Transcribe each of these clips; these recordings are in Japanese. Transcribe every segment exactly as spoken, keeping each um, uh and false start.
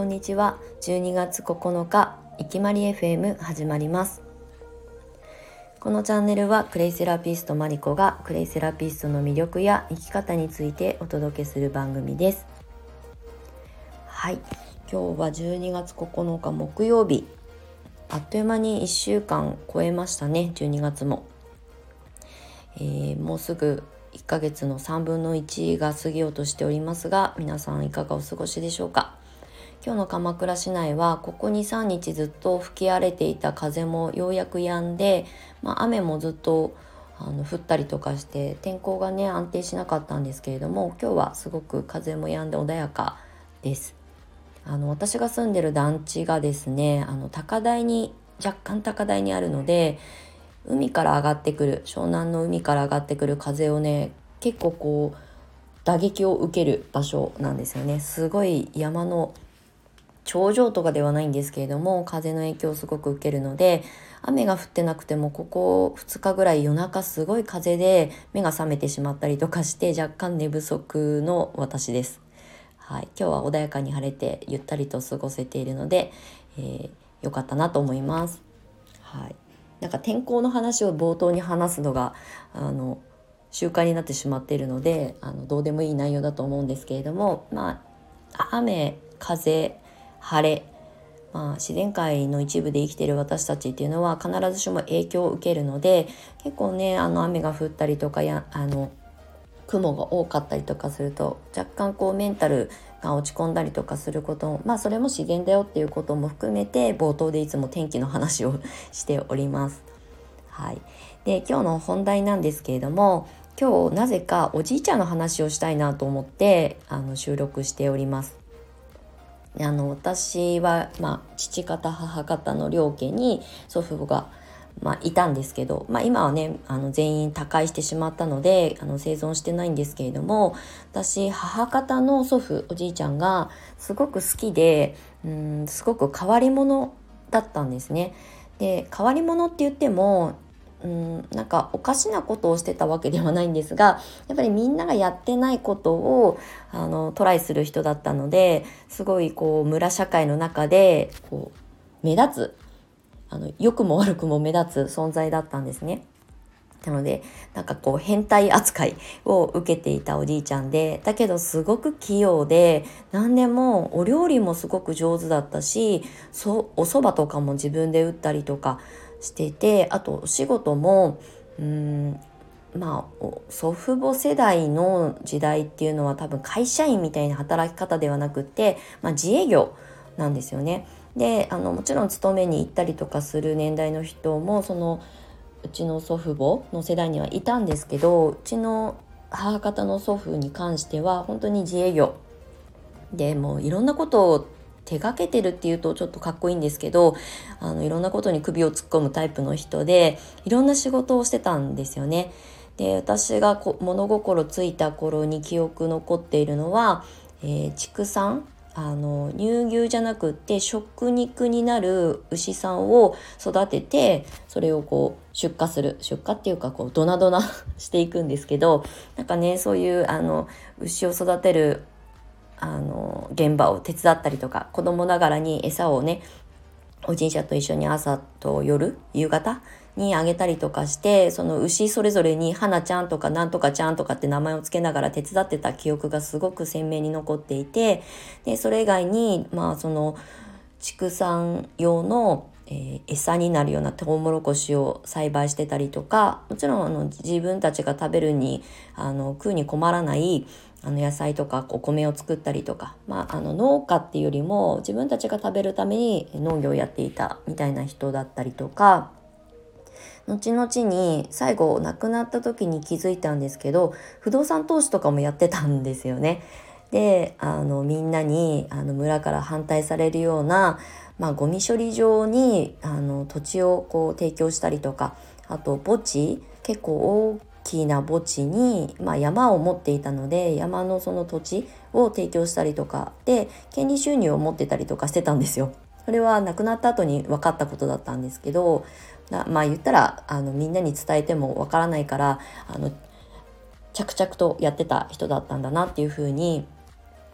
こんにちは。じゅうにがつここのか、いきまり エフエム 始まります。このチャンネルはクレイセラピストマリコがクレイセラピストの魅力や生き方についてお届けする番組です。はい、今日はじゅうにがつここのか木曜日。あっという間にいっしゅうかん超えましたね。じゅうにがつも、えー、もうすぐいっかげつのさんぶんのいちが過ぎようとしておりますが、皆さんいかがお過ごしでしょうか。今日の鎌倉市内はここ にさんにちずっと吹き荒れていた風もようやく止んで、まあ、雨もずっとあの降ったりとかして天候がね安定しなかったんですけれども、今日はすごく風も止んで穏やかです。あの私が住んでる団地がですね、あの高台に若干高台にあるので、海から上がってくる湘南の海から上がってくる風をね、結構こう打撃を受ける場所なんですよね。すごい山の頂上とかではないんですけれども、風の影響をすごく受けるので、雨が降ってなくてもここふつかぐらい夜中すごい風で目が覚めてしまったりとかして、若干寝不足の私です。はい、今日は穏やかに晴れてゆったりと過ごせているので、えー、よかったなと思います。はい、なんか天候の話を冒頭に話すのがあの習慣になってしまっているので、あのどうでもいい内容だと思うんですけれども、まあ雨風晴れ、まあ、自然界の一部で生きている私たちっていうのは必ずしも影響を受けるので、結構ねあの雨が降ったりとかやあの雲が多かったりとかすると、若干こうメンタルが落ち込んだりとかすることも、まあそれも自然だよっていうことも含めて冒頭でいつも天気の話をしております。はい、で今日の本題なんですけれども、今日なぜかおじいちゃんの話をしたいなと思ってあの収録しております。あの私は、まあ、父方母方の両家に祖父母が、まあ、いたんですけど、まあ、今はねあの全員他界してしまったのであの生存してないんですけれども、私母方の祖父おじいちゃんがすごく好きで、うんすごく変わり者だったんですね。で変わり者って言ってもうんなんかおかしなことをしてたわけではないんですが、やっぱりみんながやってないことをあのトライする人だったので、すごいこう村社会の中でこう目立つ、あの良くも悪くも目立つ存在だったんですね。なのでなんかこう変態扱いを受けていたおじいちゃんで、だけどすごく器用で、何でもお料理もすごく上手だったし、そお蕎麦とかも自分で打ったりとかしていて、あとお仕事もうーんまあ祖父母世代の時代っていうのは多分会社員みたいな働き方ではなくって、まあ、自営業なんですよね。であのもちろん勤めに行ったりとかする年代の人もそのうちの祖父母の世代にはいたんですけど、うちの母方の祖父に関しては本当に自営業で、もういろんなことを手がけてるっていうとちょっとかっこいいんですけど、あのいろんなことに首を突っ込むタイプの人で、いろんな仕事をしてたんですよね。で私がこ物心ついた頃に記憶残っているのは、えー畜産、あの乳牛じゃなくって食肉になる牛さんを育てて、それをこう出荷する、出荷っていうかこうドナドナしていくんですけど、なんかねそういうあの牛を育てるあの現場を手伝ったりとか、子供ながらに餌をねおじいちゃんと一緒に朝と夜夕方にあげたりとかして、その牛それぞれに花ちゃんとかなんとかちゃんとかって名前をつけながら手伝ってた記憶がすごく鮮明に残っていて、でそれ以外にまあその畜産用の、えー餌になるようなトウモロコシを栽培してたりとか、もちろんあの自分たちが食べるにあの食うに困らないあの野菜とかお米を作ったりとか、まあ、あの農家っていうよりも自分たちが食べるために農業をやっていたみたいな人だったりとか、後々に最後亡くなった時に気づいたんですけど、不動産投資とかもやってたんですよね。であのみんなにあの村から反対されるような、まあ、ゴミ処理場にあの土地をこう提供したりとか、あと墓地、結構大きな墓地に、まあ、山を持っていたので山のその土地を提供したりとかで権利収入を持ってたりとかしてたんですよ。それは亡くなった後に分かったことだったんですけど、まあ言ったらあのみんなに伝えても分からないからあの着々とやってた人だったんだなっていうふうに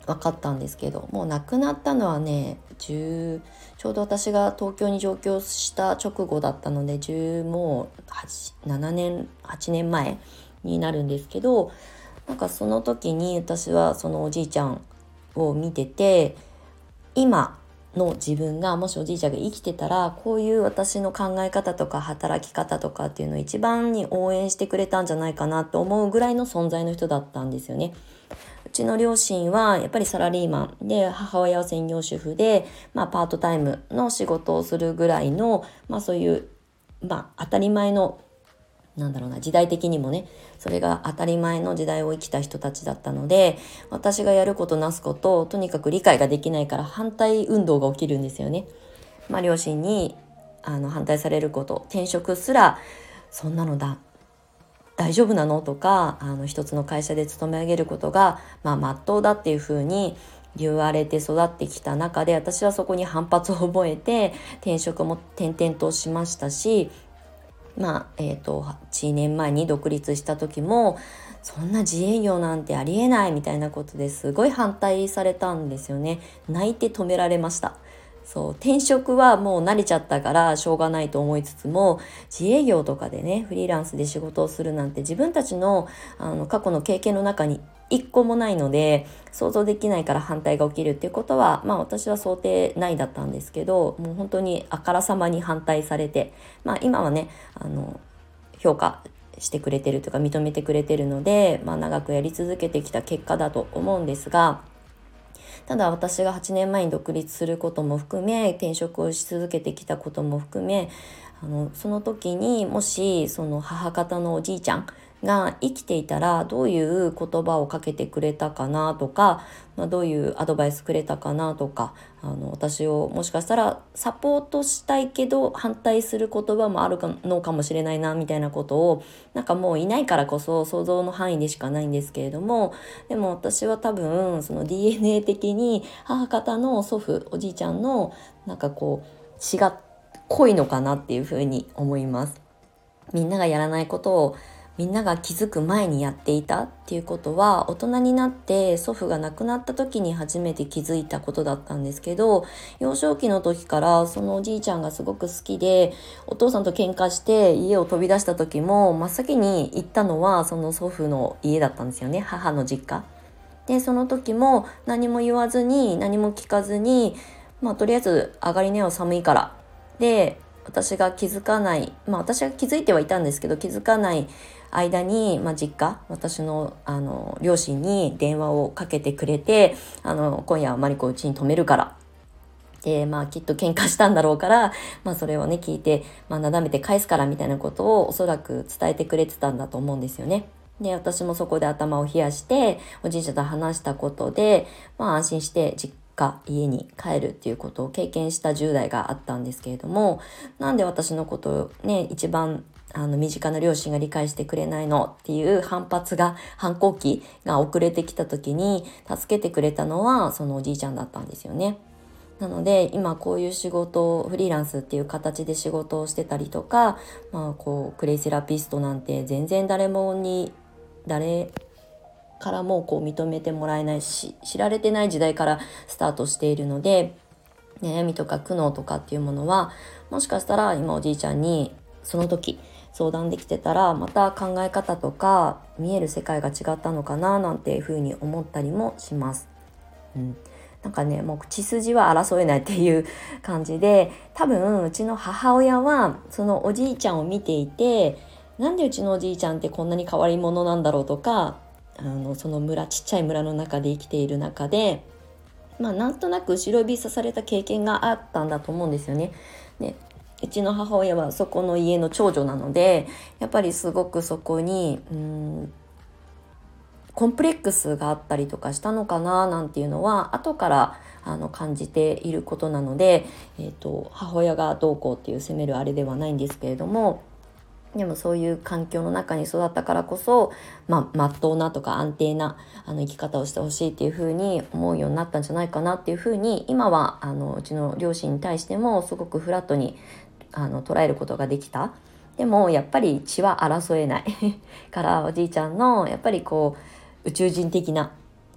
分かったんですけど、もう亡くなったのはねじゅうちょうど私が東京に上京した直後だったのでじゅうもうはちななねんはちねんまえになるんですけど、なんかその時に私はそのおじいちゃんを見てて、今の自分がもしおじいちゃんが生きてたらこういう私の考え方とか働き方とかっていうのを一番に応援してくれたんじゃないかなと思うぐらいの存在の人だったんですよね。うちの両親はやっぱりサラリーマンで、母親は専業主婦で、まあ、パートタイムの仕事をするぐらいの、まあ、そういう、まあ、当たり前のなんだろうな時代的にもね、それが当たり前の時代を生きた人たちだったので、私がやることなすことをとにかく理解ができないから反対運動が起きるんですよね。まあ、両親にあの反対されること、転職すらそんなのだ大丈夫なのとか、あの一つの会社で勤め上げることがまあ真っ当だっていうふうに言われて育ってきた中で、私はそこに反発を覚えて転職も転々としましたし、まあえー、とはちねんまえに独立した時もそんな自営業なんてありえないみたいなことですごい反対されたんですよね。泣いて止められました。そう転職はもう慣れちゃったからしょうがないと思いつつも、自営業とかでねフリーランスで仕事をするなんて自分たちの、あの過去の経験の中に一個もないので想像できないから反対が起きるっていうことは、まあ私は想定内だったんですけど、もう本当にあからさまに反対されて、まあ今はねあの評価してくれてるというか認めてくれてるので、まあ長くやり続けてきた結果だと思うんですが、ただ私がはちねんまえに独立することも含め、転職をし続けてきたことも含め、あのその時にもしその母方のおじいちゃんが生きていたらどういう言葉をかけてくれたかなとか、まあ、どういうアドバイスくれたかなとか、あの私をもしかしたらサポートしたいけど反対する言葉もあるのかもしれないなみたいなことを、なんかもういないからこそ想像の範囲でしかないんですけれども、でも私は多分その ディーエヌエー 的に母方の祖父おじいちゃんのなんかこう血が濃いのかなっていうふうに思います。みんながやらないことをみんなが気づく前にやっていたっていうことは、大人になって祖父が亡くなった時に初めて気づいたことだったんですけど、幼少期の時からそのおじいちゃんがすごく好きで、お父さんと喧嘩して家を飛び出した時も真っ先に行ったのはその祖父の家だったんですよね、母の実家で。その時も何も言わずに何も聞かずに、まあとりあえず上がりねよ寒いからで、私が気づかない、まあ私が気づいてはいたんですけど、気づかない間に、まあ、実家、私のあの両親に電話をかけてくれて、あの今夜はマリコうちに泊めるからで、まあきっと喧嘩したんだろうから、まあそれをね聞いて、まあなだめて返すからみたいなことをおそらく伝えてくれてたんだと思うんですよね。で、私もそこで頭を冷やしておじいちゃんと話したことで、まあ安心して実家家に帰るっていうことを経験したじゅう代があったんですけれども、なんで私のことをね一番あの身近な両親が理解してくれないのっていう反発が、反抗期が遅れてきた時に助けてくれたのはそのおじいちゃんだったんですよね。なので今こういう仕事をフリーランスっていう形で仕事をしてたりとか、まあこうクレイセラピストなんて全然誰もに誰からもこう認めてもらえないし、知られてない時代からスタートしているので、悩みとか苦悩とかっていうものはもしかしたら今おじいちゃんにその時相談できてたら、また考え方とか見える世界が違ったのかななんていうふうに思ったりもします。うん、なんかねもう血筋は争えないっていう感じで、多分うちの母親はそのおじいちゃんを見ていて、なんでうちのおじいちゃんってこんなに変わり者なんだろうとか、あのその村ちっちゃい村の中で生きている中で、まあなんとなく後ろ指さされた経験があったんだと思うんですよね。でうちの母親はそこの家の長女なので、やっぱりすごくそこにうーんコンプレックスがあったりとかしたのかななんていうのは後からあの感じていることなので、えーと、母親がどうこうっていう責めるあれではないんですけれども、でもそういう環境の中に育ったからこそ、まあ、真っ当なとか安定なあの生き方をしてほしいっていうふうに思うようになったんじゃないかなっていうふうに、今はあのうちの両親に対してもすごくフラットにあの捉えることができた。でもやっぱり血は争えないから、おじいちゃんのやっぱりこう宇宙人的な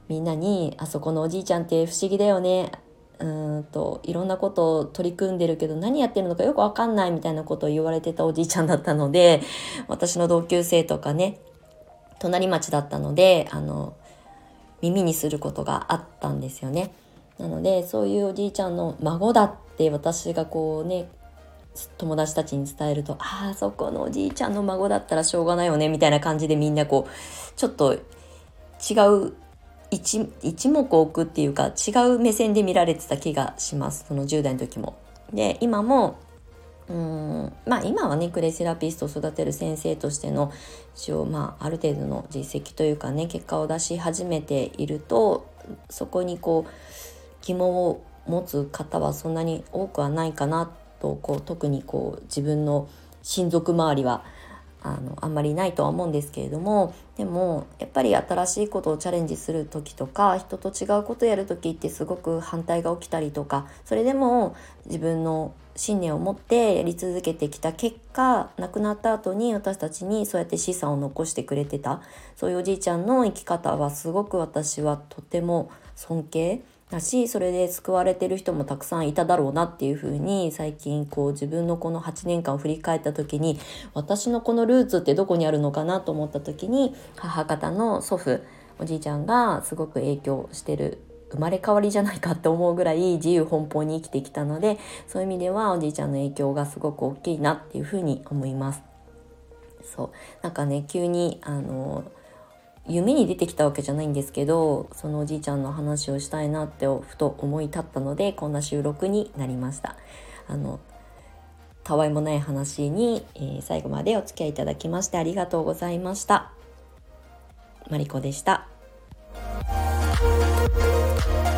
みんなにあそこのおじいちゃんって不思議だよね、うーんといろんなことを取り組んでるけど何やってるのかよくわかんないみたいなことを言われてたおじいちゃんだったので、私の同級生とかね、隣町だったのであの耳にすることがあったんですよね。なのでそういうおじいちゃんの孫だって私がこうね友達たちに伝えると、ああそこのおじいちゃんの孫だったらしょうがないよねみたいな感じで、みんなこうちょっと違う一一目置くっていうか違う目線で見られてた気がします、そのじゅう代の時も。で今もうーんまあ今はねクレイセラピストを育てる先生としての一応まあある程度の実績というかね結果を出し始めていると、そこにこう疑問を持つ方はそんなに多くはないかなと、こう特にこう自分の親族周りはあのあんまりないとは思うんですけれども、でもやっぱり新しいことをチャレンジする時とか人と違うことをやる時ってすごく反対が起きたりとか、それでも自分の信念を持ってやり続けてきた結果、亡くなった後に私たちにそうやって資産を残してくれてたそういうおじいちゃんの生き方はすごく私はとても尊敬だし、それで救われてる人もたくさんいただろうなっていうふうに最近こう自分のこのはちねんかんを振り返った時に、私のこのルーツってどこにあるのかなと思った時に、母方の祖父おじいちゃんがすごく影響してる、生まれ変わりじゃないかって思うぐらい自由奔放に生きてきたので、そういう意味ではおじいちゃんの影響がすごく大きいなっていうふうに思います。そうなんかね急にあの夢に出てきたわけじゃないんですけど、そのおじいちゃんの話をしたいなってふと思い立ったので、こんな収録になりました。あのたわいもない話に、えー、最後までお付き合いいただきましてありがとうございました。マリコでした。